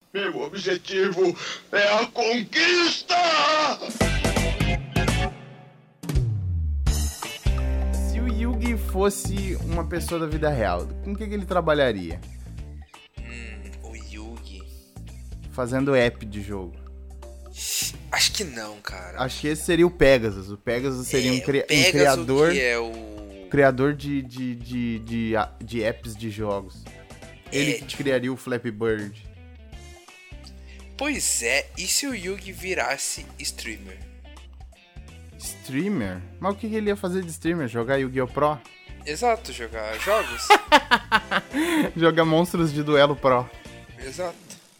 Meu objetivo é a conquista! Se o Yugi fosse uma pessoa da vida real, com o que ele trabalharia? O Yugi. Fazendo app de jogo. Acho que não, cara. Acho que esse seria o Pegasus. O Pegasus seria um Pegasus, criador. que é o... Criador de apps de jogos. Ele que criaria o Flappy Bird. Pois é, e se o Yugi virasse streamer? Streamer? Mas o que ele ia fazer de streamer? Jogar Yu-Gi-Oh! Pro? Exato, jogar jogos. Jogar monstros de duelo Pro. Exato.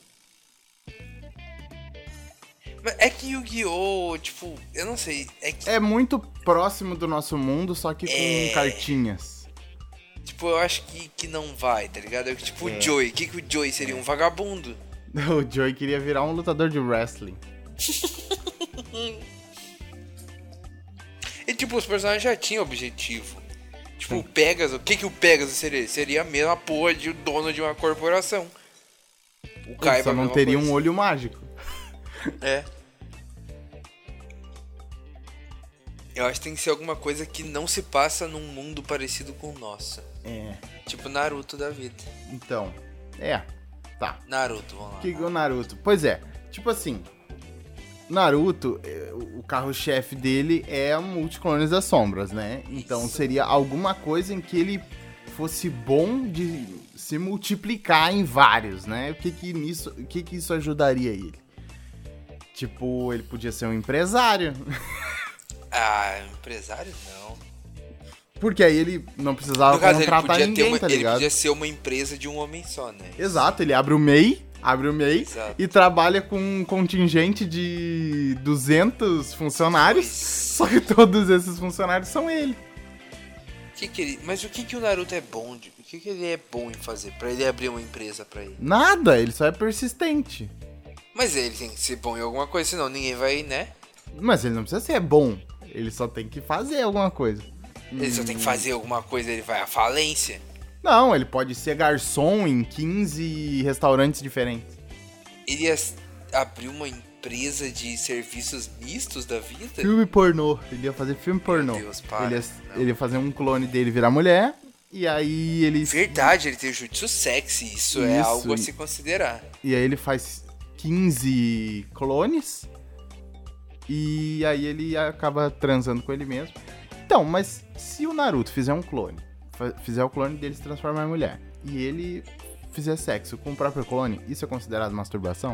Mas é que Yu-Gi-Oh! Tipo, eu não sei. É muito próximo do nosso mundo, só que com cartinhas. Tipo, eu acho que não vai, tá ligado? Tipo, o Joey. O que o Joey seria? Um vagabundo. O Joey queria virar um lutador de wrestling. E tipo, os personagens já tinham objetivo. Tipo, o Pegasus, o que o Pegasus seria? Seria a mesma porra de dono de uma corporação. O Kaiba só não teria um olho mágico. É. Eu acho que tem que ser alguma coisa que não se passa num mundo parecido com o nosso. É. Tipo Naruto da vida. Então, tá. Naruto, vamos lá. Que o Naruto? Pois é, tipo assim, Naruto, o carro-chefe dele é a Multiclones das Sombras, né? Então seria alguma coisa em que ele fosse bom de se multiplicar em vários, né? O que isso ajudaria ele? Tipo, ele podia ser um empresário. Ah, empresário não. Porque aí ele não precisava contratar ninguém, tá ligado? Ele podia ser uma empresa de um homem só, né? Exato, ele abre o MEI, Exato. e trabalha com um contingente de 200 funcionários, só que todos esses funcionários são ele. Mas o que o Naruto é bom? O que ele é bom em fazer? Pra ele abrir uma empresa pra ele? Nada, ele só é persistente. Mas ele tem que ser bom em alguma coisa, senão ninguém vai, né? Mas ele não precisa ser bom, ele só tem que fazer alguma coisa. Ele só tem que fazer alguma coisa, ele vai à falência. Não, ele pode ser garçom em 15 restaurantes diferentes. Ele ia abrir uma empresa de serviços mistos da vida? Filme pornô, ele ia fazer filme pornô. Meu Deus, para. Ele ia fazer um clone dele virar mulher, e aí ele... Verdade, ele tem o jutsu sexy, isso é algo a se considerar. E aí ele faz 15 clones, e aí ele acaba transando com ele mesmo. Então, mas se o Naruto fizer um clone, fizer o clone dele se transformar em mulher, e ele fizer sexo com o próprio clone, isso é considerado masturbação?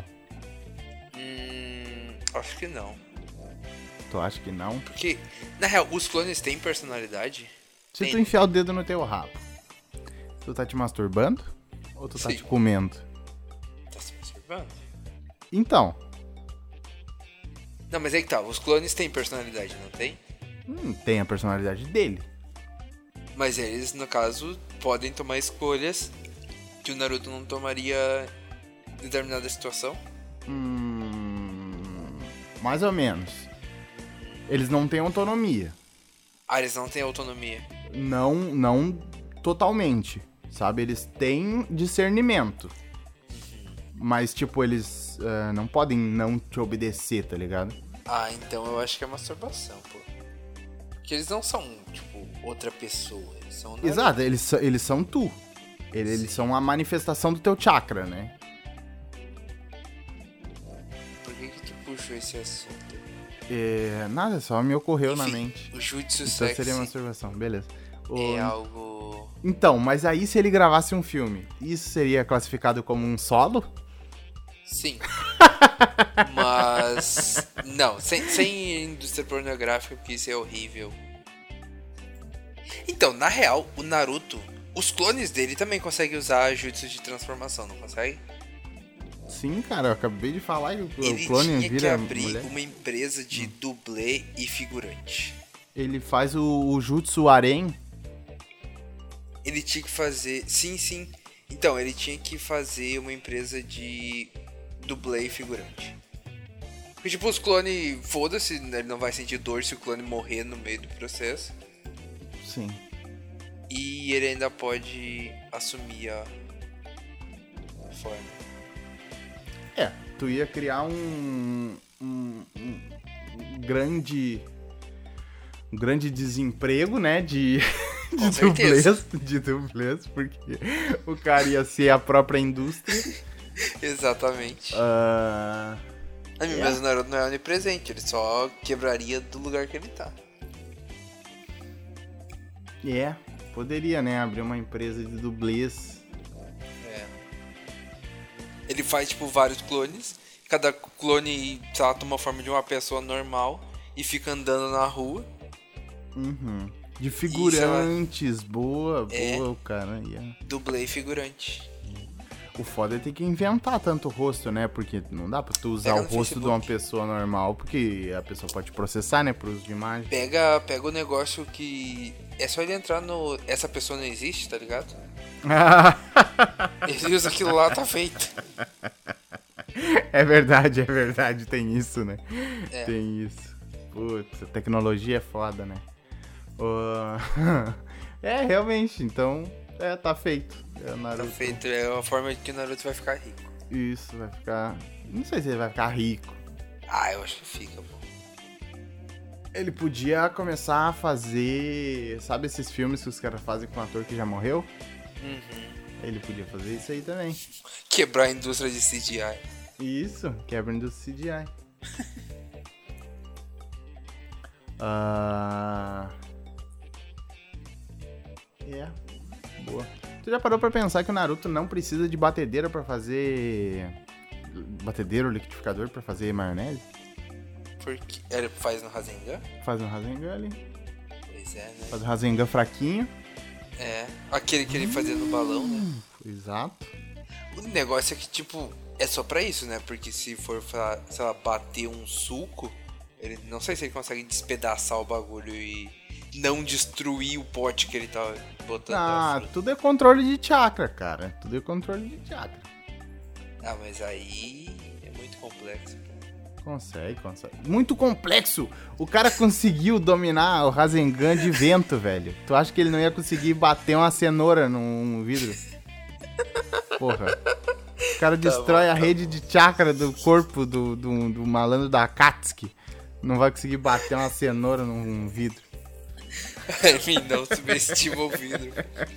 Acho que não. Tu acha que não? Porque, na real, os clones têm personalidade? Se tu enfiar o dedo no teu rabo, tu tá te masturbando? Ou tu tá te comendo? Tá se masturbando? Então. Não, mas aí que tá, os clones têm personalidade, não tem? Tem a personalidade dele. Mas eles, no caso, podem tomar escolhas que o Naruto não tomaria em determinada situação? Mais ou menos. Eles não têm autonomia. Ah, eles não têm autonomia. Não totalmente, sabe? Eles têm discernimento. Mas, tipo, eles não podem não te obedecer, tá ligado? Ah, então eu acho que é masturbação, pô. Porque eles não são, tipo, outra pessoa. Eles são... Exato, eles são tu. Eles são a manifestação do teu chakra, né? Por que tu puxou esse assunto? Nada, só me ocorreu Enfim, na mente. O jutsu Então sexy seria masturbação, beleza. é algo... Então, mas aí se ele gravasse um filme, isso seria classificado como um solo? Sim. Mas... Não, sem indústria pornográfica, porque isso é horrível. Então, na real, o Naruto, os clones dele também conseguem usar jutsu de transformação, não consegue? Sim, cara, eu acabei de falar que o Ele clone tinha que vira abrir mulher. uma empresa de dublê e figurante. Ele faz o Jutsu Harem. Ele tinha que fazer... Sim. Então, ele tinha que fazer uma empresa de dublê e figurante. Porque, tipo, os clones... Foda-se, ele não vai sentir dor se o clone morrer no meio do processo. Sim. E ele ainda pode assumir a forma. tu ia criar um grande desemprego, né, de dublês, porque o cara ia ser a própria indústria. Exatamente. Mas o Naruto não é onipresente, ele só quebraria do lugar que ele tá. Poderia, né, abrir uma empresa de dublês. Ele faz, tipo, vários clones, cada clone, sei lá, toma a forma de uma pessoa normal e fica andando na rua. De figurantes, boa, cara. Dublê e figurante. O foda é ter que inventar tanto rosto, né? Porque não dá pra tu usar o rosto de uma pessoa normal, porque a pessoa pode processar, né? Por uso de imagem. Pega o negócio que... É só ele entrar no... Essa pessoa não existe, tá ligado? Ele usa aquilo lá, tá feito. É verdade, tem isso, né? Tem isso. Putz, a tecnologia é foda, né? Realmente, então, tá feito. Naruto. Tá feito, é a forma que o Naruto vai ficar rico. Isso, vai ficar... Não sei se ele vai ficar rico. Eu acho que fica, pô. Ele podia começar a fazer... Sabe esses filmes que os caras fazem com um ator que já morreu? Ele podia fazer isso aí também. Quebrar a indústria de CGI. Isso, quebra a indústria de CGI. Boa. Tu já parou pra pensar que o Naruto não precisa de batedeira pra fazer... Batedeira ou liquidificador pra fazer maionese? Porque ele faz no Rasengan? Faz no Rasengan ali. Pois é, né? Faz o Rasengan fraquinho. Aquele que ele fazia no balão, né? Exato. O negócio é que, tipo, é só pra isso, né? Porque se for, sei lá, bater um suco, ele não sei se ele consegue despedaçar o bagulho e não destruir o pote que ele tá botando. Tudo é controle de chakra, cara. Tudo é controle de chakra. Mas aí é muito complexo. Consegue. Muito complexo. O cara conseguiu dominar o Rasengan de vento, velho. Tu acha que ele não ia conseguir bater uma cenoura num vidro? Porra. O cara destrói a rede de chakra do corpo do malandro da Akatsuki. Não vai conseguir bater uma cenoura num vidro. Enfim, não subestima o vidro.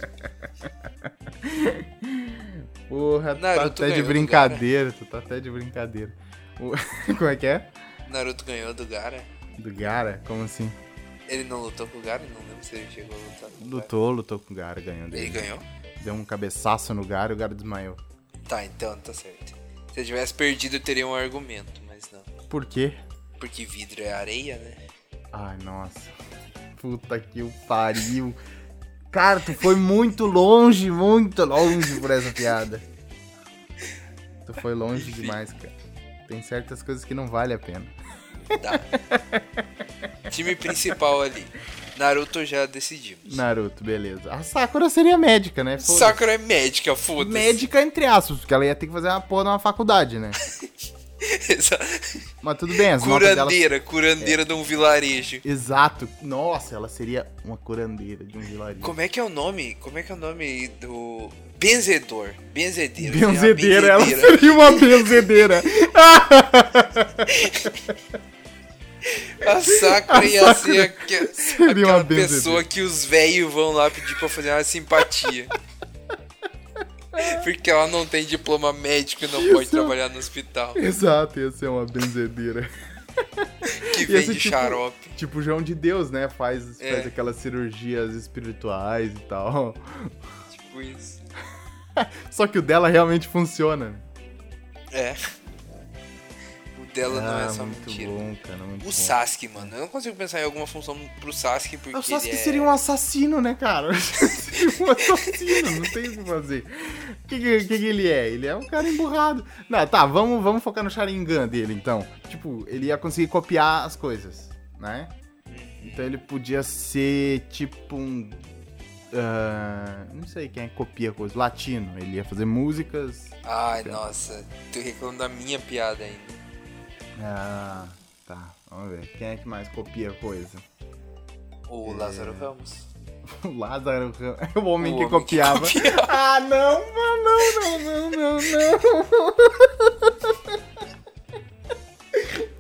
Porra, tu Naruto tá até de brincadeira. Como é que é? Naruto ganhou do Gaara. Do Gaara? Como assim? Ele não lutou com o Gaara? Não lembro se ele chegou a lutar com o Gaara. Lutou com o Gaara, ganhou dele. Ele ganhou? Deu um cabeçaço no Gaara e o Gaara desmaiou. Tá, então tá certo. Se eu tivesse perdido, eu teria um argumento, mas não. Por quê? Porque vidro é areia, né? Ai, nossa. Puta que o pariu. Cara, tu foi muito longe por essa piada. Tu foi longe demais, cara. Tem certas coisas que não vale a pena. Tá. Time principal ali. Naruto já decidimos. Naruto, beleza. A Sakura seria médica, né? Foda-se. Sakura é médica, foda-se. Médica entre aspas, porque ela ia ter que fazer uma porra numa faculdade, né? Exato. Mas tudo bem, as curandeira de um vilarejo. Exato. Nossa, ela seria uma curandeira de um vilarejo. Como é que é o nome do... Benzedeira. Benzedeira, ela seria uma benzedeira. A Sakura ia ser aquela pessoa que os velhos vão lá pedir pra fazer uma simpatia. Porque ela não tem diploma médico e não pode trabalhar no hospital. Exato, ia ser uma benzedeira. Que vende xarope. Tipo João de Deus, né? Faz aquelas cirurgias espirituais e tal. Tipo isso. Só que o dela realmente funciona. É. O dela não é só muito mentira. Bom, cara, muito bom. Sasuke, mano. Eu não consigo pensar em alguma função pro Sasuke porque o Sasuke seria um assassino, né, cara? Seria um assassino, não tem o que fazer. O que ele é? Ele é um cara emburrado. Não, tá, vamos focar no Sharingan dele, então. Tipo, ele ia conseguir copiar as coisas, né? Então ele podia ser tipo um... não sei quem é que copia coisa. Latino. Ele ia fazer músicas. Ai, nossa. Tu reclama da minha piada ainda. Tá. Vamos ver. Quem é que mais copia coisa? O Lázaro Ramos. O Lázaro Ramos. O homem que copiava. Ah, não.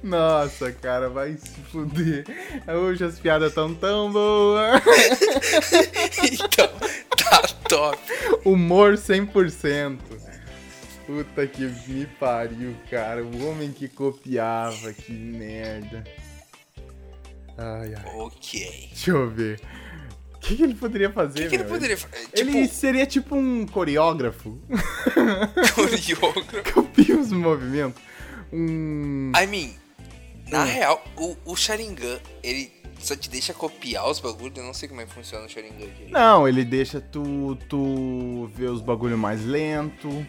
Nossa, cara, vai se fuder. Hoje as piadas tão boas. Então, tá top. Humor 100%. Puta que me pariu, cara. O homem que copiava, que merda. Ai. Ok. Deixa eu ver. O que ele poderia fazer, O que ele poderia fazer? Ele seria tipo um coreógrafo. Coreógrafo. Copia os movimentos. I mean, na real, o Sharingan, ele só te deixa copiar os bagulhos. Eu não sei como é que funciona o Sharingan direito. Não, ele deixa tu ver os bagulhos mais lento.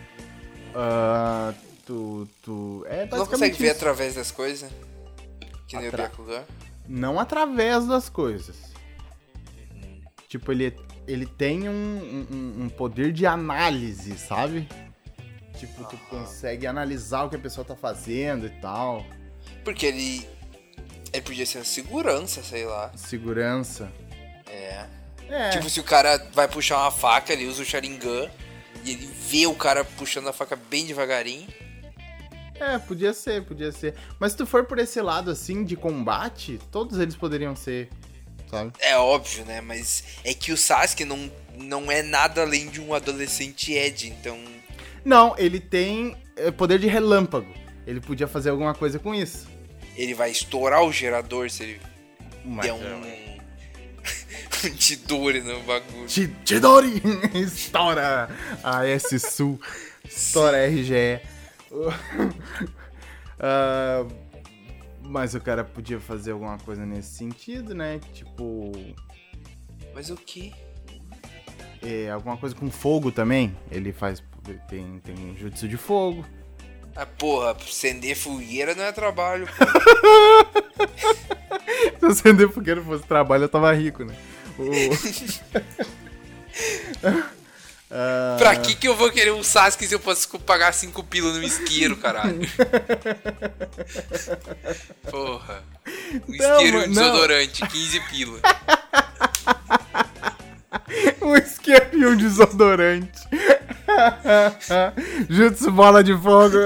Tu não consegue ver através das coisas? Que nem o Byakugan? Não através das coisas. Tipo, ele tem um poder de análise, sabe? Tipo, tu consegue analisar o que a pessoa tá fazendo e tal. Porque ele podia ser segurança, sei lá. Segurança. É. Tipo, se o cara vai puxar uma faca, ele usa o Sharingan e ele vê o cara puxando a faca bem devagarinho. Podia ser. Mas se tu for por esse lado, assim, de combate, todos eles poderiam ser, sabe? É óbvio, né? Mas é que o Sasuke não é nada além de um adolescente Ed, então... Não, ele tem poder de relâmpago. Ele podia fazer alguma coisa com isso. Ele vai estourar o gerador se ele der um Chidori no bagulho. Chidori! Estoura a S-Sul. Estoura a RGE. Mas o cara podia fazer alguma coisa nesse sentido, né? Tipo... Mas o que? Alguma coisa com fogo também. Ele faz... Tem um jutsu de fogo. Porra, acender fogueira não é trabalho, pô. Se acender fogueira fosse trabalho, eu tava rico, né? Pra que eu vou querer um Sasuke se eu posso pagar 5 pila no isqueiro, caralho? Porra. Um isqueiro e um desodorante, 15 pila. Um isqueiro e um desodorante. Jutsu bola de fogo.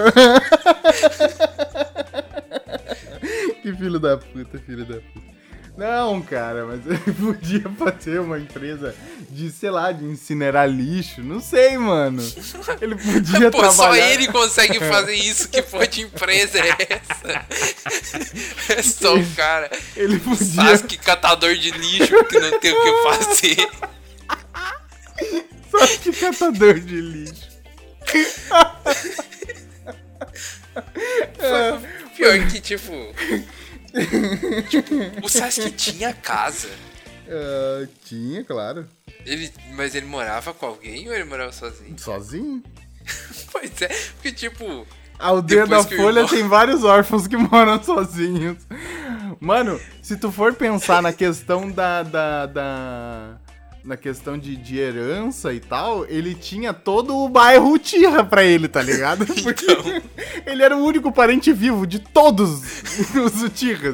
Que filho da puta. Não, cara, mas ele podia fazer uma empresa de, sei lá, de incinerar lixo. Não sei, mano. Ele podia trabalhar... Só ele consegue fazer isso. Que porra de empresa é essa? É só o cara. Ele podia... Sasuke catador de lixo que não tem o que fazer. Sasuke catador de lixo. Pior que, tipo, o Sasuke tinha casa. Tinha, claro. Mas ele morava com alguém ou ele morava sozinho? Sozinho? Pois é, porque, tipo... A aldeia da Folha tem vários órfãos que moram sozinhos. Mano, se tu for pensar na questão na questão de herança e tal, ele tinha todo o bairro Uchiha pra ele, tá ligado? Porque ele era o único parente vivo de todos os Uchihas.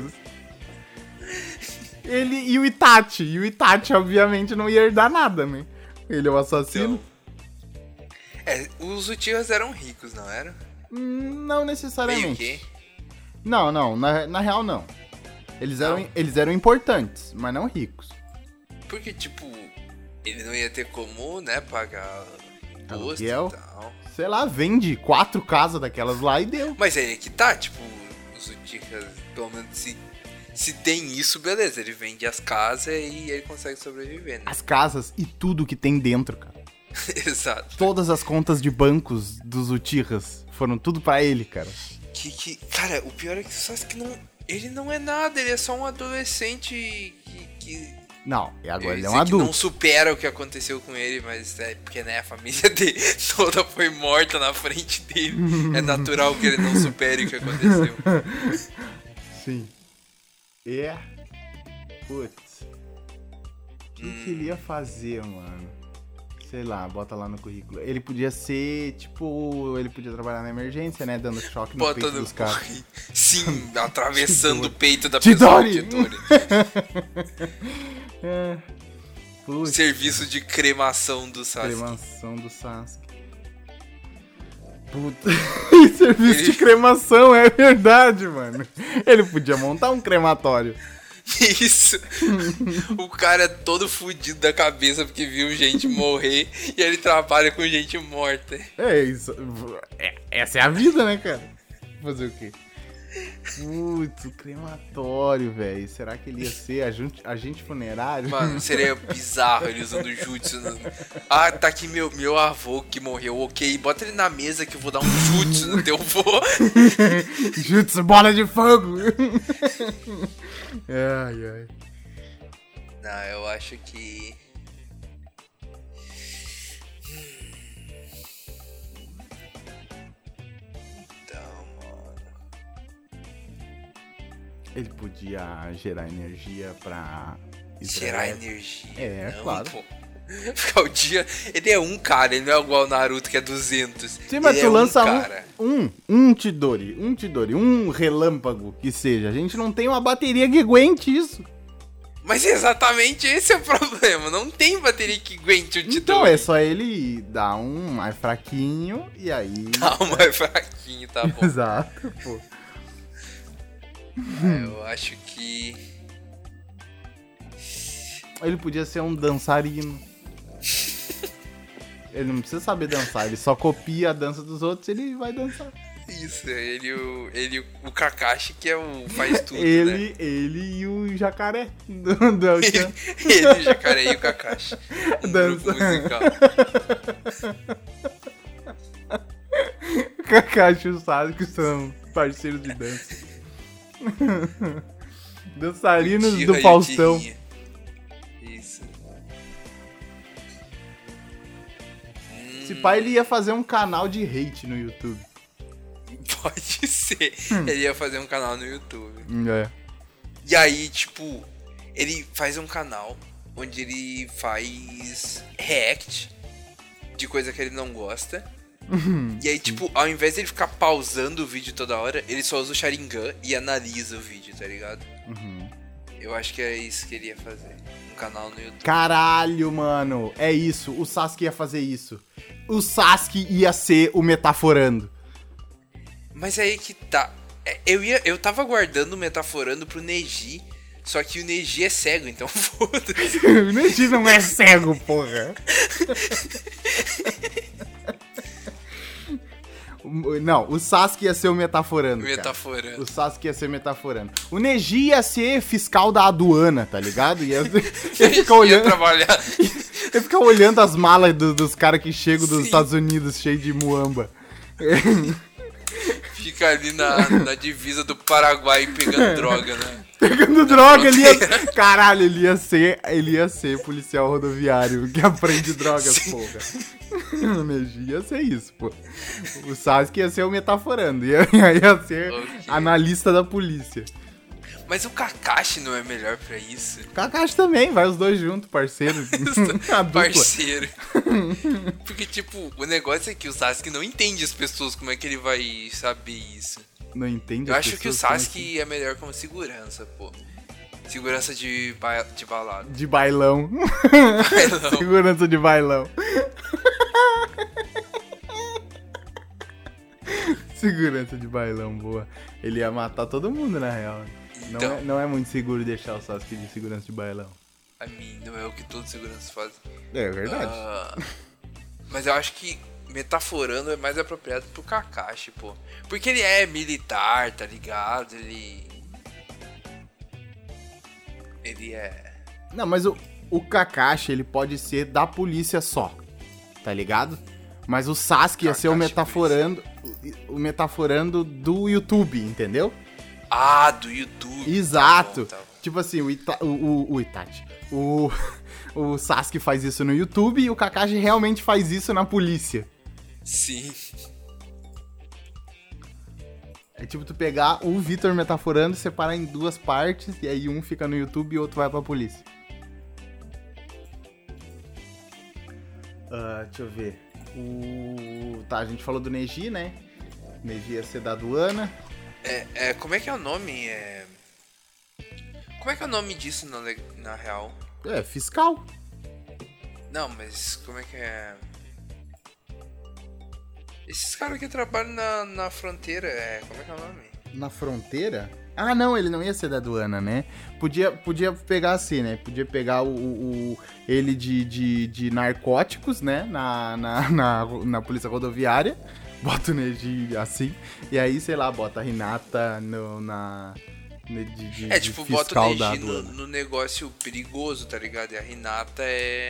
Ele e o Itachi. E o Itachi, obviamente, não ia herdar nada, né? Ele é o assassino. Então, os Uchihas eram ricos, não eram? Não necessariamente. Meio que? Não, na real não. Eles eram importantes, mas não ricos. Porque, tipo, ele não ia ter como, né, pagar imposto e aluguel, tal. Sei lá, vende 4 casas daquelas lá e deu. Mas aí é que tá, tipo, os Uchihas, pelo menos se tem isso, beleza. Ele vende as casas e ele consegue sobreviver, né? As casas e tudo que tem dentro, cara. Exato. Todas as contas de bancos dos Uchihas foram tudo pra ele, cara. Cara, o pior é que o Sasuke ele não é nada, ele é só um adolescente que não, e agora ele é um adulto. Não supera o que aconteceu com ele, mas é porque, né, a família dele toda foi morta na frente dele. É natural que ele não supere o que aconteceu. Sim. Putz. O que ele ia fazer, mano? Sei lá, bota lá no currículo. Ele podia ser, tipo... Ele podia trabalhar na emergência, né? Dando choque no peito dos caras. Sim, atravessando o peito da pessoa. Chidori! Serviço de cremação do Sasuke. Cremação do Sasuke. Puta, serviço de cremação, é verdade, mano. Ele podia montar um crematório. Isso. O cara é todo fudido da cabeça porque viu gente morrer e ele trabalha com gente morta. É isso. Essa é a vida, né, cara? Fazer o quê? Putz, o crematório, velho. Será que ele ia ser agente funerário? Mano, seria bizarro ele usando jutsu. Ah, tá aqui meu avô que morreu, ok. Bota ele na mesa que eu vou dar um jutsu no teu avô. Jutsu, bola de fogo. Ai, ai. Não, eu acho que... Ele podia gerar energia pra... Gerar energia? É, não, claro. Pô. Ficar o dia... Ele é um cara, ele não é igual o Naruto que é 200. Sim, mas ele tu lança cara. um Chidori, um relâmpago que seja. A gente não tem uma bateria que aguente isso. Mas exatamente esse é o problema. Não tem bateria que aguente o Chidori. Então é só ele dar um mais fraquinho e aí... Ah, um mais fraquinho, tá bom. Exato, pô. Eu acho que... Ele podia ser um dançarino. Ele não precisa saber dançar, ele só copia a dança dos outros e ele vai dançar. Isso, o Kakashi que é o faz tudo, né? Ele e o jacaré do El-chan. Ele, o jacaré e o Kakashi. Um Dança. grupo musical. O Kakashi e o Sasuke são parceiros de dança. Dançarinos O do Tira e o Faustão. Tirinha. Isso. Esse pai ele ia fazer um canal de hate no YouTube. Pode ser. Ele ia fazer um canal no YouTube. É. E aí, tipo, ele faz um canal onde ele faz react de coisa que ele não gosta. E aí, tipo, ao invés de ele ficar pausando o vídeo toda hora, ele só usa o Sharingan e analisa o vídeo, tá ligado? Eu acho que é isso que ele ia fazer. Um canal no YouTube. Caralho, mano. É isso. O Sasuke ia fazer isso. O Sasuke ia ser o metaforando. Mas aí que tá. Eu tava guardando o metaforando pro Neji. Só que o Neji é cego, então foda-se. O Neji não é cego, porra. Não, o Sasuke ia ser o metaforando. Metaforando. Cara. O Sasuke ia ser metaforando. O Neji ia ser fiscal da aduana, tá ligado? Ia ficar olhando. Trabalhar. Ia ficar olhando as malas dos caras que chegam dos Sim. Estados Unidos cheio de muamba. Fica ali na divisa do Paraguai pegando droga, né? Pegando droga, ele ia... Caralho, ele ia ser policial rodoviário que aprende drogas, Sim. porra. O Neji ia ser isso, pô. O Sasuke ia ser o metaforando, ia ser Ok. analista da polícia. Mas o Kakashi não é melhor pra isso? O Kakashi também, vai os dois juntos, parceiro. A dupla. Parceiro. Porque, tipo, o negócio é que o Sasuke não entende as pessoas, como é que ele vai saber isso? Não entende Eu as acho que o pessoas como Sasuke é melhor como segurança, pô. Segurança de balada. De bailão. Bailão. Segurança de bailão. Segurança de bailão, boa. Ele ia matar todo mundo, na real. Então. Não é muito seguro deixar o Sasuke de segurança de bailão. A mim, não é o que todos os seguranças fazem. É verdade. Mas eu acho que metaforando é mais apropriado pro Kakashi, pô. Porque ele é militar, tá ligado? Ele é... Não, mas o Kakashi, ele pode ser da polícia só, tá ligado? Mas o Sasuke ia ser o metaforando do YouTube, entendeu? Ah, do YouTube. Exato. Tá bom. Tipo assim, o Itachi. O Sasuke faz isso no YouTube e o Kakashi realmente faz isso na polícia. Sim. É tipo tu pegar o Vitor metaforando, separar em duas partes, e aí um fica no YouTube e o outro vai pra polícia. Deixa eu ver. Tá, a gente falou do Neji, né? Neji ia ser da aduana. Como é que é o nome? Como é que é o nome disso na real? É, fiscal. Não, mas como é que é? Esses caras que trabalham na fronteira, como é que é o nome? Na fronteira? Ah, não, ele não ia ser da aduana, né? Podia pegar assim, né? Podia pegar ele de narcóticos, né? Na polícia rodoviária. Bota o Neji assim. E aí, sei lá, bota a Hinata de bota fiscal o da Neji aduana. no negócio perigoso, tá ligado? E a Hinata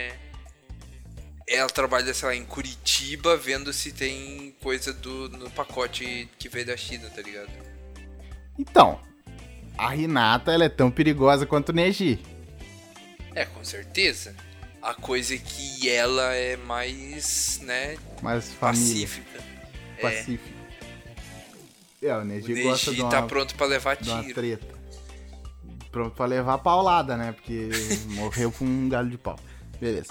ela trabalha, sei lá, em Curitiba, vendo se tem coisa no pacote que veio da China, tá ligado? Então, a Hinata, ela é tão perigosa quanto o Neji. Com certeza. A coisa é que ela é mais, né, Mais família. Pacífica. O Neji gosta de uma, tá pronto pra levar de uma tiro. treta. Pronto pra levar paulada, né? Porque morreu com um galho de pau. Beleza.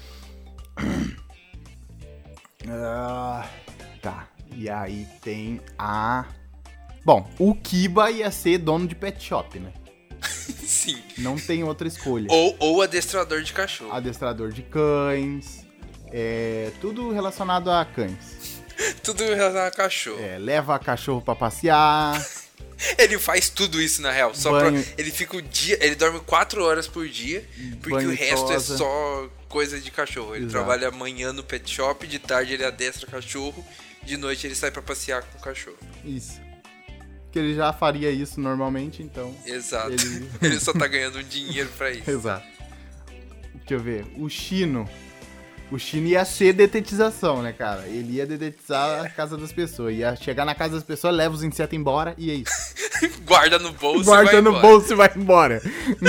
Tá. E aí tem a... Bom, o Kiba ia ser dono de pet shop, né? Sim. Não tem outra escolha. Ou adestrador de cachorro. Adestrador de cães. Tudo relacionado a cães. Tudo relacionado a cachorro. Leva cachorro pra passear. Ele faz tudo isso na real. Ele fica o dia. Ele dorme 4 horas por dia. Porque banho o resto tosa. é só coisa de cachorro. Ele Exato. trabalha amanhã no pet shop, de tarde ele adestra cachorro, de noite ele sai pra passear com o cachorro. Isso. Que ele já faria isso normalmente, então. Exato. Ele só tá ganhando um dinheiro pra isso. Exato. Deixa eu ver. O Chino ia ser detetização, né, cara? Ele ia detetizar a casa das pessoas. Ia chegar na casa das pessoas, leva os insetos embora e é isso. Guarda no bolso Guarda e vai no embora. bolso e vai embora.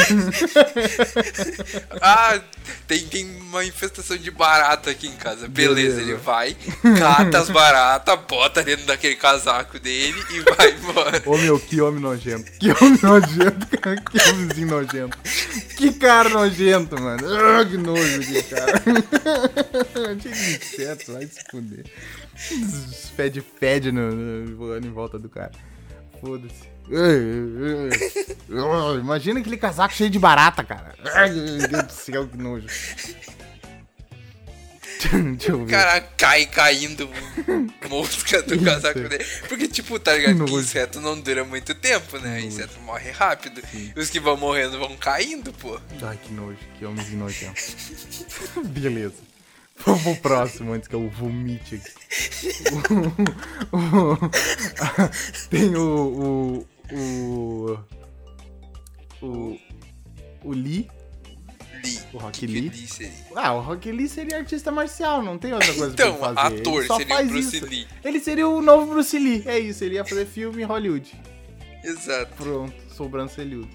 Tem uma infestação de barata aqui em casa. Beleza, Beleza. ele vai, cata as baratas, bota dentro daquele casaco dele e vai embora. Ô, meu, que homem nojento. Que homem nojento, cara. Que homemzinho nojento. Que cara nojento, mano. Que nojo aquele cara. Cheio de inseto, vai se fuder. Fede voando em volta do cara. Foda-se. Imagina aquele casaco cheio de barata, cara. Ai, meu Deus do céu, que nojo. Deixa eu ver. O cara caindo mosca do casaco dele. Porque, tipo, tá ligado? Que inseto não dura muito tempo, né? Inseto morre rápido. Sim. E os que vão morrendo vão caindo, pô. Ai, que nojo. Que homemzinho nojento. Beleza. Vamos pro próximo antes que eu vomite aqui. Tem o Lee. O Rock Lee. Seria? O Rock Lee seria artista marcial, não tem outra coisa Então, pra ele fazer. ator Ele só seria o faz Bruce isso. Lee. Ele seria o novo Bruce Lee, é isso, ele ia fazer filme em Hollywood. Exato. Pronto, sobrancelhudo.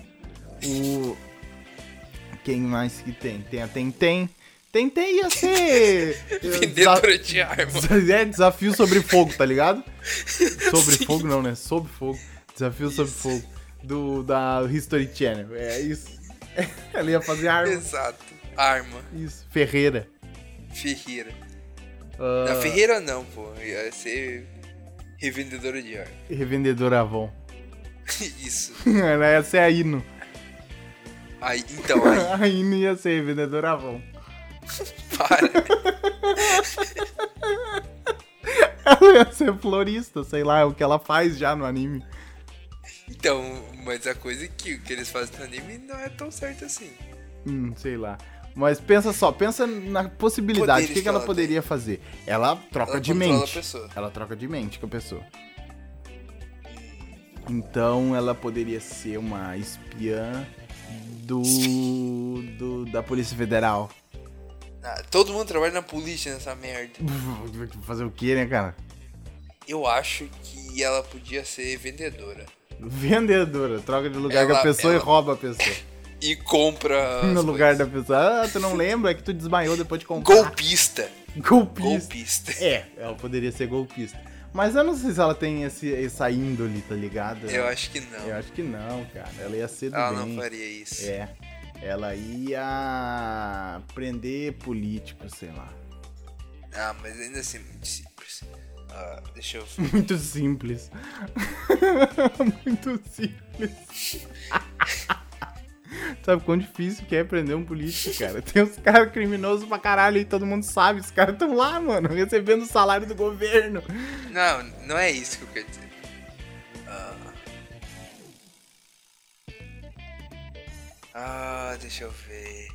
Quem mais que tem? Tem a Tentem. Tentem ia ser... Vendedora de arma. Desafio sobre fogo, tá ligado? Sobre Sim. fogo não, né? Sob fogo. Desafio sobre fogo. Da History Channel. É isso. Ela ia fazer arma. Exato. Arma. Isso. Ferreira. Na Ferreira não, pô. Ia ser revendedora de arma. Revendedora Avon. Isso. Ela ia ser a Ino. Aí. A Ino ia ser revendedora Avon. Para. Ela ia ser florista, sei lá, é o que ela faz já no anime. Então, mas a coisa é que o que eles fazem no anime não é tão certo assim. Sei lá. Mas pensa na possibilidade. Poderes O que ela que ela poderia fazer? Ela troca Ela de controla mente. a pessoa. Ela troca de mente com a pessoa. Então ela poderia ser uma espiã da Polícia Federal. Todo mundo trabalha na polícia nessa merda. Fazer o que, né, cara? Eu acho que ela podia ser vendedora. Vendedora. Troca de lugar com a Ela- pessoa e ela- rouba a pessoa. E compra. No as lugar coisas. da pessoa. Tu não lembra? É que tu desmaiou depois de comprar. Golpista. Golpista. Ela poderia ser golpista. Mas eu não sei se ela tem essa índole, tá ligado? Eu acho que não. Eu acho que não, cara. Ela ia ser do Ela bem. não faria isso. Ela ia prender políticos, sei lá. Mas ainda assim, muito simples. Deixa eu. Muito simples. Muito simples. Sabe quão difícil que é prender um político, cara? Tem uns caras criminosos pra caralho e todo mundo sabe. Os caras estão lá, mano, recebendo o salário do governo. Não, não é isso que eu quero dizer. Deixa eu ver.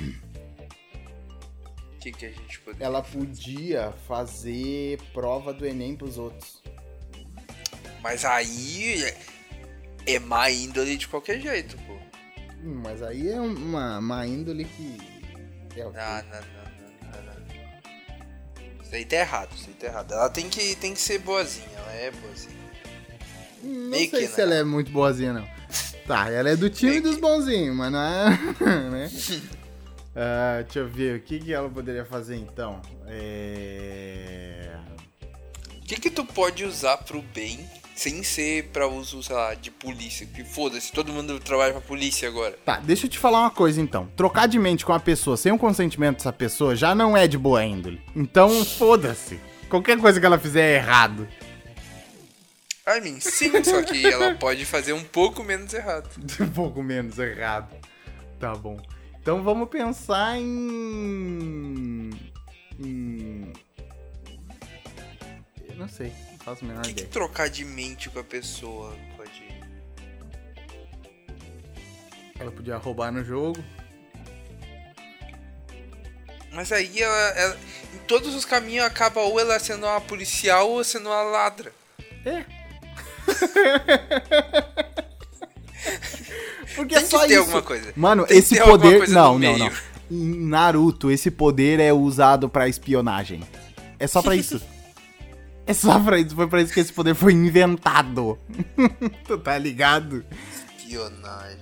O que a gente poderia... Ela podia fazer prova do Enem pros outros. Mas aí é má índole de qualquer jeito, pô. Mas aí é uma índole que... Não. Isso aí tá errado, Ela tem que ser boazinha, ela é boazinha. Não sei se ela é muito boazinha, não. Tá, ela é do time dos bonzinhos, mas não é... né? Deixa eu ver, o que ela poderia fazer, então? O que tu pode usar pro bem, sem ser pra uso, sei lá, de polícia? Que foda-se, todo mundo trabalha pra polícia agora. Tá, deixa eu te falar uma coisa, então. Trocar de mente com a pessoa sem o consentimento dessa pessoa já não é de boa índole. Então, foda-se. Qualquer coisa que ela fizer é errado. I mean, sim, só que ela pode fazer um pouco menos errado. Um pouco menos errado. Tá bom. Então vamos pensar em... Eu não sei, não faço a menor O que ideia. trocar de mente com a pessoa pode... Ela podia roubar no jogo. Mas aí ela em todos os caminhos acaba ou ela sendo uma policial ou sendo uma ladra. É. Porque Tem é só que ter isso. alguma coisa. Mano, Tem que esse ter alguma poder... coisa Não. no meio. Em Naruto, esse poder é usado pra espionagem. É só pra isso. É só pra isso. Foi pra isso que esse poder foi inventado. Tu tá ligado? Espionagem.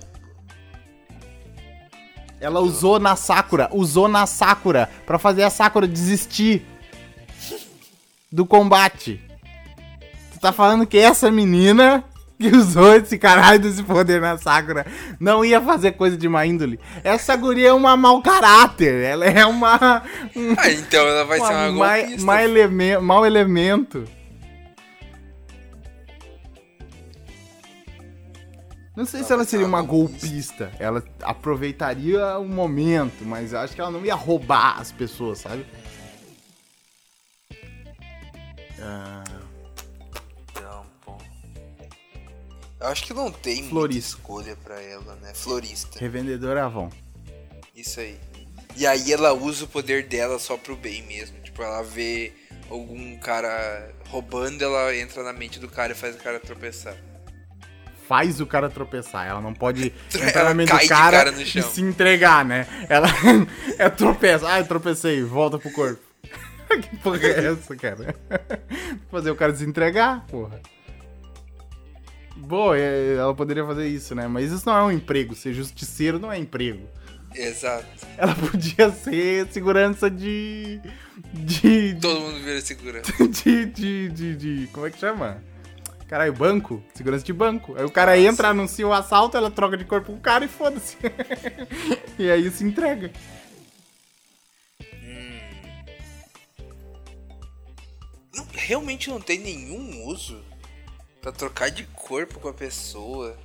Ela usou na Sakura pra fazer a Sakura desistir do combate. Tu tá falando que essa menina que usou esse caralho desse poder na Sakura não ia fazer coisa de má índole? Essa guria é uma mau caráter. Ela é uma... Então ela vai ser uma golpista. mau elemento. Não sei se ela seria uma golpista. Ela aproveitaria o momento, mas eu acho que ela não ia roubar as pessoas, sabe? Não, pô. Eu acho que não tem muita escolha pra ela, né? Florista. Revendedora Avon. Isso aí. E aí ela usa o poder dela só pro bem mesmo. Tipo, ela vê algum cara roubando, ela entra na mente do cara e faz o cara tropeçar. Faz o cara tropeçar. Ela não pode entrar Ela na mente cai do de cara cara no e chão. se entregar, né? Ela tropeça. Ai, tropecei. Volta pro corpo. Que porra é essa, cara? Fazer o cara se entregar, porra. Boa, ela poderia fazer isso, né? Mas isso não é um emprego. Ser justiceiro não é emprego. Exato. Ela podia ser segurança de... Todo mundo vira segurança. Como é que chama? Caralho, banco? Segurança de banco. Aí o cara entra, anuncia o assalto, ela troca de corpo com o cara e foda-se. E aí se entrega. Não, realmente não tem nenhum uso pra trocar de corpo com a pessoa.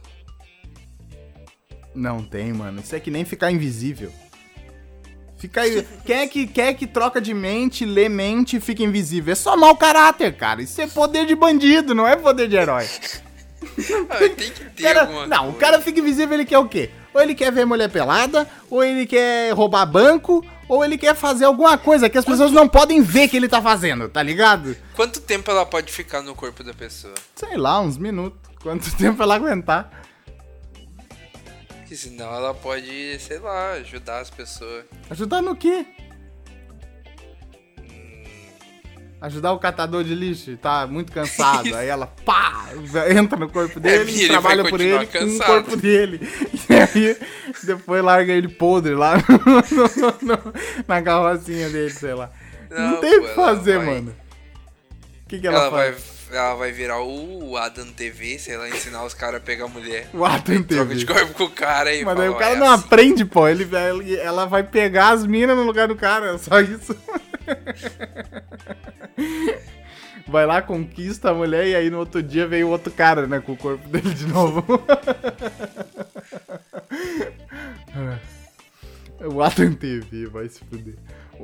Não tem, mano. Isso é que nem ficar invisível. Quem é que troca de mente, lê mente e fica invisível? É só mau caráter, cara. Isso é poder de bandido, não é poder de herói. Tem que ter alguma não, coisa. o cara fica invisível, ele quer o quê? Ou ele quer ver mulher pelada, ou ele quer roubar banco, ou ele quer fazer alguma coisa que as pessoas não podem ver que ele tá fazendo, tá ligado? Quanto tempo ela pode ficar no corpo da pessoa? Sei lá, uns minutos. Quanto tempo ela aguentar? Porque senão ela pode, sei lá, ajudar as pessoas. Ajudar no quê? Ajudar o catador de lixo, tá muito cansado. Isso. Aí ela, pá, entra no corpo dele e e ele trabalha vai por continuar ele com cansado. o corpo dele. E aí, depois larga ele podre lá na carrocinha dele, sei lá. Não tem o que fazer, mano. O que ela faz? Ela vai virar o Adam TV, sei lá, ensinar os caras a pegar mulher. O Adam Troca de TV. corpo com o cara e Mas fala, aí o cara "É não assim." aprende, pô. Ela vai pegar as minas no lugar do cara, é só isso. Vai lá, conquista a mulher e aí no outro dia vem o outro cara, né, com o corpo dele de novo. O Adam TV, vai se fuder.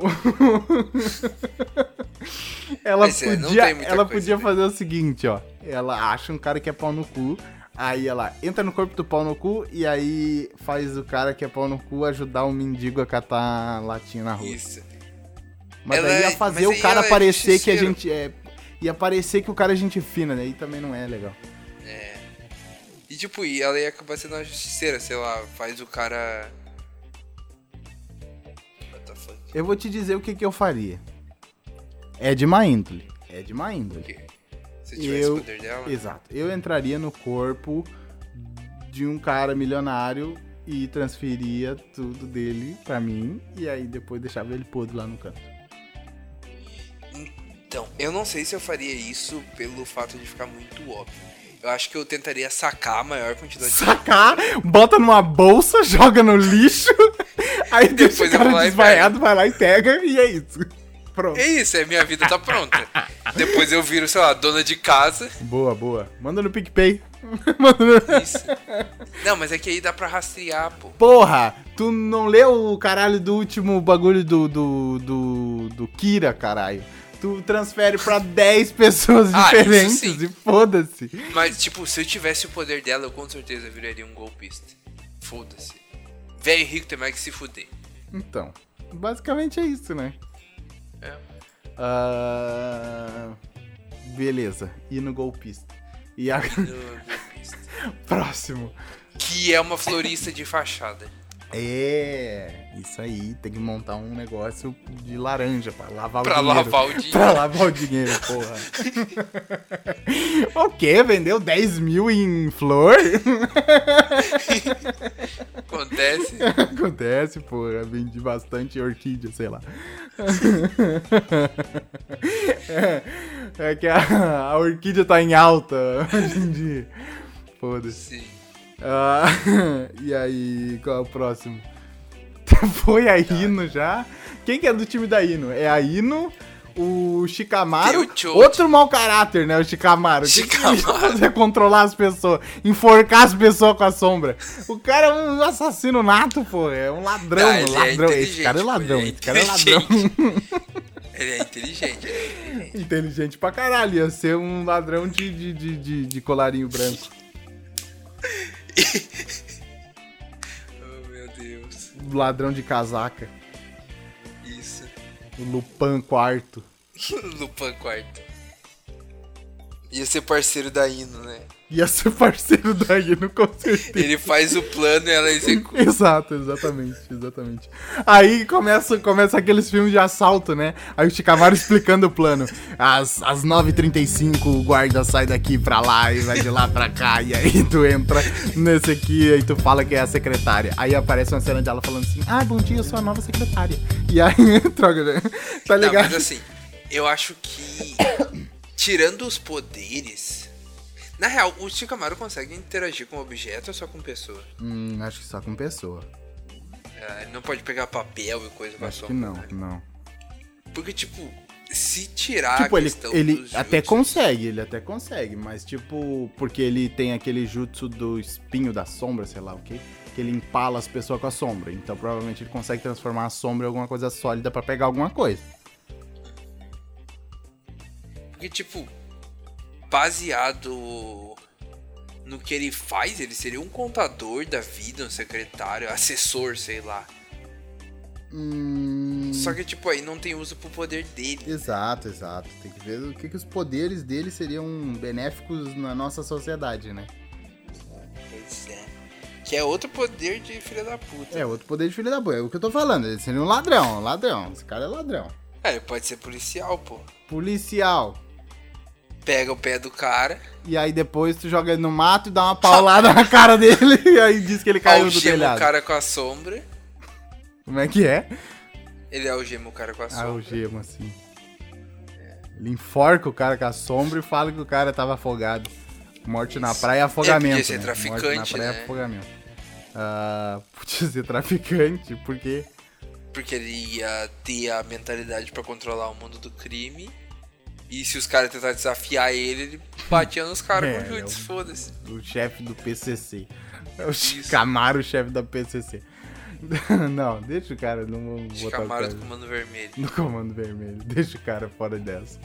Ela Mas não podia, tem muita ela coisa, podia né? fazer o seguinte, ó. Ela acha um cara que é pau no cu, aí ela entra no corpo do pau no cu e aí faz o cara que é pau no cu ajudar um mendigo a catar latinha na rua. Isso. Mas Ela daí ia é- fazer mas o aí cara ela é parecer que a justiceiro. gente é... Ia parecer que o cara é gente fina, né? Aí também não é legal. E tipo, e ela ia acabar sendo uma justiceira, sei lá, faz o cara. What the fuck? Eu vou te dizer o que eu faria. É de má índole. É de má O índole. quê? Se tivesse o poder dela. Exato. Eu entraria no corpo de um cara milionário e transferia tudo dele pra mim. E aí depois deixava ele podre lá no canto. Então, eu não sei se eu faria isso pelo fato de ficar muito óbvio. Eu acho que eu tentaria sacar a maior quantidade de Sacar, bota numa bolsa, joga no lixo. Aí deixa Depois o eu vou cara lá e desmaiado, vai lá e pega. E é isso. Pronto. É isso, minha vida tá pronta. Depois eu viro, sei lá, dona de casa. Boa, boa. Manda no PicPay. Manda no... Isso. Não, mas é que aí dá pra rastrear, pô. Porra, tu não leu o caralho do último bagulho do Kira, caralho? Tu transfere pra 10 pessoas Ah, isso diferentes sim. e foda-se. Mas, tipo, se eu tivesse o poder dela, eu com certeza viraria um golpista. Foda-se. Velho rico tem mais que se fuder. Então, basicamente é isso, né? É. Beleza, e no golpista. E a... No golpista. Próximo. Que é uma florista de fachada. É, isso aí, tem que montar um negócio de laranja pra lavar Pra o dinheiro. lavar o dinheiro. Pra lavar o dinheiro, porra. O quê? Vendeu 10 mil em flor? Acontece. Acontece, porra. Vendi bastante orquídea, sei lá. É que a orquídea tá em alta hoje em dia. Foda-se. Sim. E aí, qual é o próximo? Foi a Ino já? Quem que é do time da Ino? É a Ino, o Shikamaru, Tem o Choji. outro mau caráter, né? O Shikamaru. O que ele ia fazer? Controlar as pessoas, enforcar as pessoas com a sombra. O cara é um assassino nato, pô. É um ladrão, Ah, ele é ladrão. Esse cara é inteligente, ladrão, pô, ele é esse cara é ladrão. Ele é inteligente. Inteligente pra caralho. Ia ser um ladrão de colarinho branco. Oh, meu Deus. Ladrão de casaca. Isso. O Lupin quarto. Lupin quarto. Ia ser parceiro da Ino, né? Ia ser parceiro da Ino, com certeza. Ele faz o plano e ela executa. Exato, exatamente. Aí começa aqueles filmes de assalto, né? Aí o Shikamaru explicando o plano. Às 9h35 o guarda sai daqui pra lá e vai de lá pra cá. E aí tu entra nesse aqui e tu fala que é a secretária. Aí aparece uma cena dela falando assim: ah, bom dia, eu sou a nova secretária. E aí, troca, né? Tá Não, ligado? mas assim, eu acho que tirando os poderes... Na real, o Shikamaru consegue interagir com objeto ou só com pessoa? Acho que só com pessoa. Ele não pode pegar papel e coisa com a Acho que sombra, não, né? não. Porque, tipo, se tirar Tipo, a ele questão dos até jutsus- ele até consegue, mas tipo, porque ele tem aquele jutsu do espinho da sombra, sei lá o quê, que ele empala as pessoas com a sombra. Então provavelmente ele consegue transformar a sombra em alguma coisa sólida pra pegar alguma coisa. Porque, tipo, baseado no que ele faz, ele seria um contador da vida, um secretário, assessor, sei lá. Só que, tipo, aí não tem uso pro poder dele. Exato. Tem que ver o que os poderes dele seriam benéficos na nossa sociedade, né? Pois é. Que é outro poder de filha da puta. É, outro poder de filho da boa. É o que eu tô falando. Ele seria um ladrão. Esse cara é ladrão. Ele pode ser policial, pô. Policial. Pega o pé do cara, E aí depois tu joga ele no mato e dá uma paulada na cara dele. E aí diz que ele caiu do algema telhado. o cara com a sombra. Como é que é? Ele algema o cara com a sombra. Algema, assim. Ele enforca o cara com a sombra e fala que o cara tava afogado. Morte na praia é afogamento. podia ser né? traficante, Morte na praia né? é afogamento. Podia ser traficante, porque... Porque ele ia ter a mentalidade pra controlar o mundo do crime. E se os caras tentarem desafiar ele, ele batia nos caras com É, jutsu, foda-se. o chefe do PCC. É o Shikamaru, o chefe da PCC. Não, deixa o cara, não vamos botar o Camaro cara do Comando Vermelho. no comando vermelho. Deixa o cara fora dessa.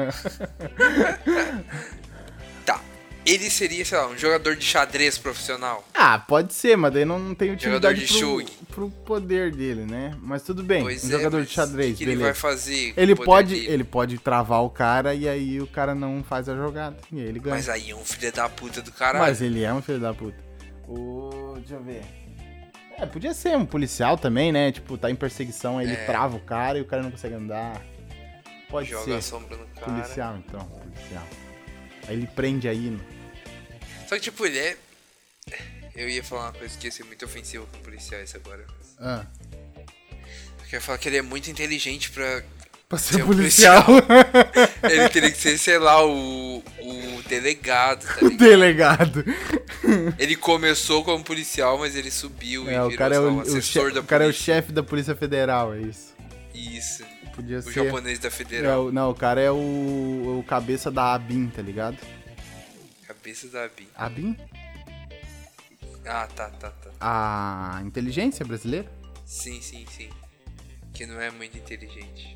Tá. Ele seria, sei lá, um jogador de xadrez profissional. Ah, pode ser, mas daí não tem Jogador utilidade de shogi. pro poder dele, né? Mas tudo bem, Pois um é, jogador mas de xadrez, o que ele beleza. vai fazer com Ele o poder pode, dele? ele pode travar o cara e aí o cara não faz a jogada. E aí ele ganha. Mas aí é um filho da puta do caralho. Mas ele é um filho da puta. Deixa eu ver. Podia ser um policial também, né? Tipo, tá em perseguição, aí ele trava o cara e o cara não consegue andar. Pode Joga ser. a sombra no cara. Policial, então, policial. Aí ele prende a hino. Só que, tipo, ele é... Eu ia falar uma coisa que ia ser muito ofensiva com policiais agora. Ah, Eu ia falar que ele é muito inteligente pra pra ser ser um policial. Ele teria que ser, sei lá, o delegado, tá O ligado? delegado. Ele começou como policial, mas ele subiu e O virou cara é sei lá, o, um o, assessor chefe, da o cara é o polícia. chefe da Polícia Federal, é isso. Isso. Podia O ser. japonês da Federal. Não, o cara é o cabeça da ABIN, tá ligado? Cabeça da ABIN. ABIN? Ah, tá. A inteligência brasileira? Sim. Que não é muito inteligente.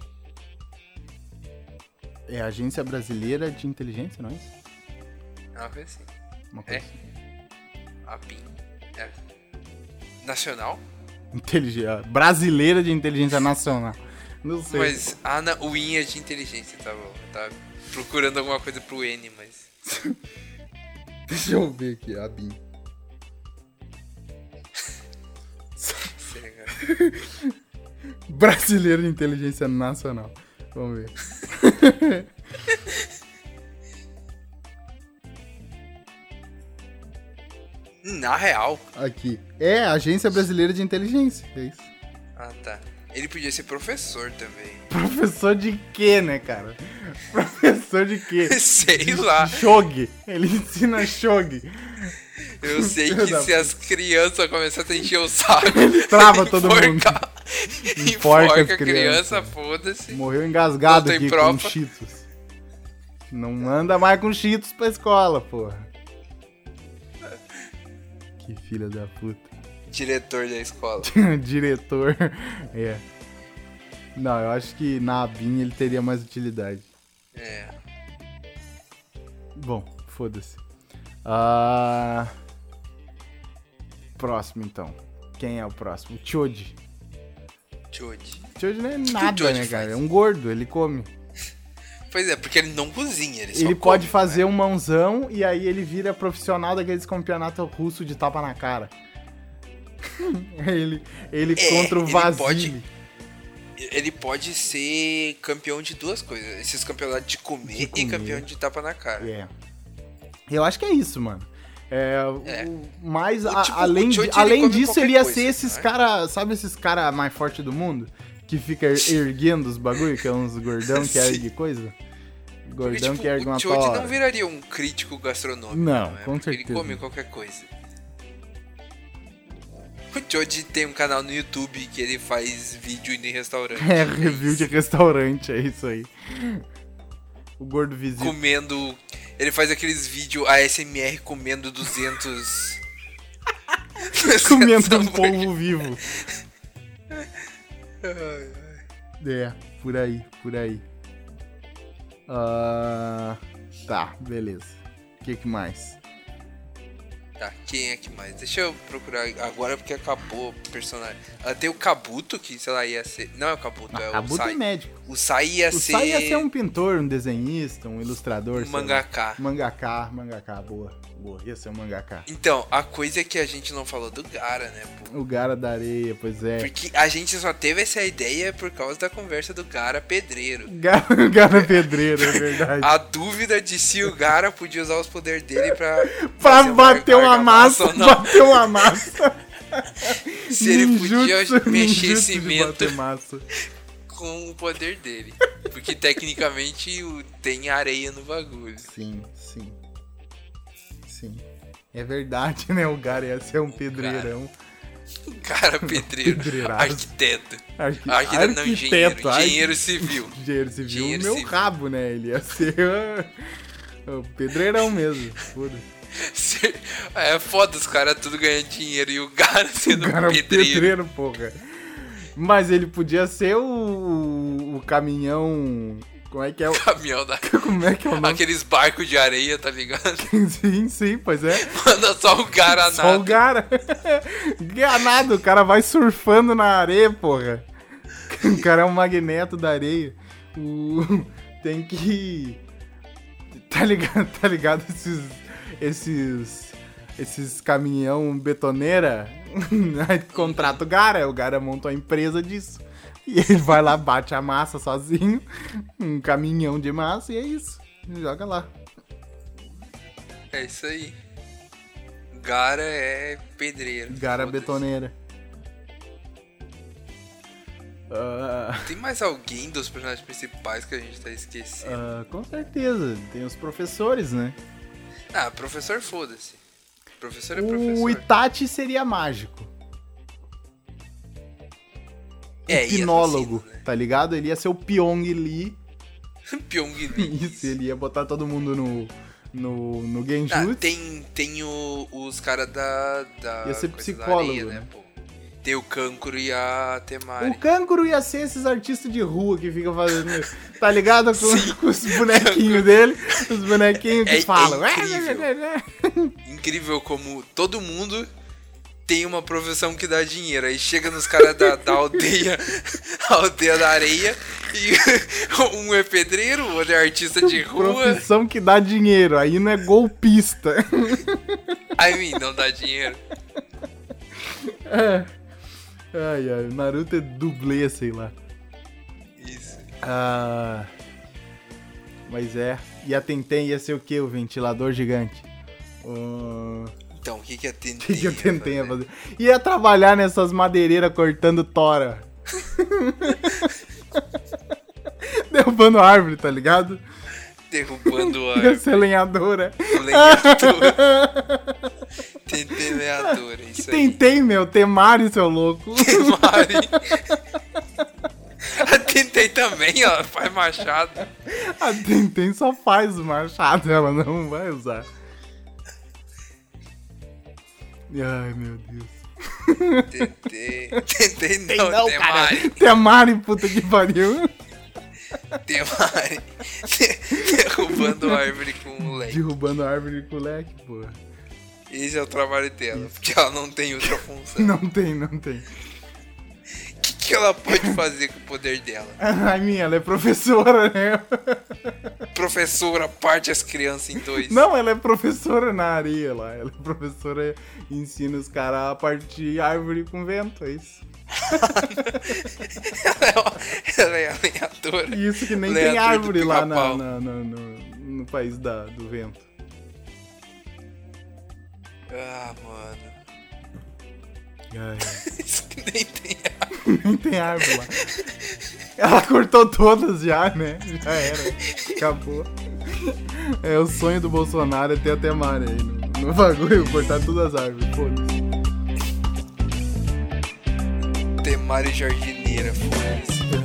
É a Agência Brasileira de Inteligência, não é isso? Ah, foi assim. Uma coisa É. assim. ABIN. É. Nacional? Brasileira de Inteligência Nacional. Não sei. Mas, o IN é de inteligência, tá bom. Eu tava procurando alguma coisa pro N, mas... Deixa eu ver aqui, ABIN. Legal. Brasileira de Inteligência Nacional. Vamos ver. Na real. Aqui. É a Agência Brasileira de Inteligência. É isso. Ah, tá. Ele podia ser professor também. Professor de quê, né, cara? Professor de quê? Sei lá. Shogi. Ele ensina shogi. Eu sei Filho que da se as crianças começarem a encher o saco, trava todo mundo. Enforca as a criança, foda-se. Morreu engasgado Não tem aqui prova. com Cheetos. Não anda mais com Cheetos pra escola, porra. Que filha da puta. Diretor da escola. Diretor. É. Não, eu acho que na ABIN ele teria mais utilidade. É. Bom, foda-se. Próximo, então. Quem é o próximo? Choji. Choji. Choji não é que o nada, Choji né, cara? faz? É um gordo, ele come. Pois é, porque ele não cozinha, ele só Ele come, pode fazer né? um mãozão e aí ele vira profissional daqueles campeonatos russos de tapa na cara. ele contra o ele Vasily. Ele pode ser campeão de duas coisas. Esses campeonatos de comer, De comer. e campeão de tapa na cara. É. Eu acho que é isso, mano. Mas Tipo, além, o Choji, ele além come disso, qualquer ele ia coisa, ser esses né? caras, sabe esses caras mais fortes do mundo? Que fica erguendo os bagulho, que é uns gordão que Sim. ergue coisa? Porque, Gordão tipo, que ergue uma o Choji tora. não viraria um crítico gastronômico. Não, é? com Porque certeza. Ele come qualquer coisa. O Choji tem um canal no YouTube que ele faz vídeo indo em restaurante. É, review de restaurante, é isso aí. O gordo visita. Comendo... Ele faz aqueles vídeos ASMR comendo 200... Comendo 200 um hambúrguer. polvo vivo. É, por aí. Tá, beleza. O que mais? Tá, quem é que mais? Deixa eu procurar agora porque acabou o personagem. Tem o Kabuto, que sei lá ia ser... Não é o Kabuto, é o Kabuto Sai. é médico. O Sai ia O ser... Sai ia ser um pintor, um desenhista, um ilustrador. um sei lá. mangaka. Mangaka, boa. Ia ser um mangaka. Então, a coisa é que a gente não falou do Gaara, né, pô? O Gara da Areia, pois é. Porque a gente só teve essa ideia por causa da conversa do Gaara pedreiro. Gara Pedreiro, é verdade. A dúvida de se o Gaara podia usar os poderes dele pra... Pra fazer bater uma massa, ou não. bater uma massa. Se ele podia Ninjutsu mexer de cimento bater massa. com o poder dele. Porque tecnicamente tem areia no bagulho. Sim. É verdade, né? O Gara ia ser um pedreirão. Cara, pedreiro, Pedreiraço. arquiteto. Arquiteto não, engenheiro civil. Engenheiro civil, Engenheiro meu civil. rabo, né? Ele ia ser o pedreirão mesmo. Foda-se. É foda, os caras tudo ganhando dinheiro e o cara sendo O cara é um pedreiro. pedreiro, porra. Mas ele podia ser o caminhão... Como é que é o... Caminhão da... Como é que é o nome? Aqueles barcos de areia, tá ligado? Sim, pois é. Manda só o cara Só o nada. cara. Enganado, o cara vai surfando na areia, porra. O cara é um magneto da areia. Tem que... Tá ligado esses caminhão betoneira? Aí contrata o Gara monta uma empresa disso. E ele vai lá, bate a massa sozinho, um caminhão de massa e é isso. Joga lá. É isso aí. Gara é pedreiro. Gara foda-se. betoneira. Tem mais alguém dos personagens principais que a gente tá esquecendo? Com certeza, tem os professores, né? Ah, professor, foda-se. Professor é O professor. Itachi seria mágico. É, O hipnólogo, tá ligado? Ele ia ser o Pyong Lee. Pyong Lee. Isso, ele ia botar todo mundo no Genjutsu. Ah, tem os caras da Ia ser coisa da psicólogo, areia, né? Pô. Tem o Kankuro e a Temari. O Kankuro ia ser esses artistas de rua que ficam fazendo, tá ligado? Com os bonequinhos dele, os bonequinhos que falam. Incrível como todo mundo tem uma profissão que dá dinheiro. Aí chega nos caras da aldeia, a aldeia da areia, e um é pedreiro, o outro é artista de rua. Profissão que dá dinheiro, aí não é golpista. Aí não dá dinheiro. Ai, Naruto é dublê, sei lá. Isso. Mas é. E a Tenten ia ser o quê? O ventilador gigante. Então, o que a Tenten O que eu tentei fazer? Ia trabalhar nessas madeireiras cortando tora. Derrubando árvore, tá ligado? Derrubando a Ia ser lenhadora. lenhadora. Tenten lenhadora, Que isso aí. tentei, meu. Temari, seu louco. Temari. A Tenten também, ó, faz machado. A Tenten só faz o machado, ela não vai usar. Ai, meu Deus. Tenten não, Temari. Temari, puta que pariu. Temari. Derrubando a árvore com o leque. Derrubando a árvore com o leque, porra. Esse é o trabalho dela, porque ela não tem outra função. Não tem. O que ela pode fazer com o poder dela? Ai, ela é professora, né? Professora parte as crianças em dois. Não, ela é professora na areia lá. Ela é professora e ensina os caras a partir árvore com vento, é isso. Ela é a lenhadora. Isso que nem Lenhador tem do árvore lá pica-pau. no país do vento. Ah, mano. Ai, Isso que nem tem. nem tem árvore lá. Ela cortou todas já, né? Já era. Acabou. É o sonho do Bolsonaro é ter a Temari aí no bagulho, cortar todas as árvores, foda-se. Temari jardineira, foda-se.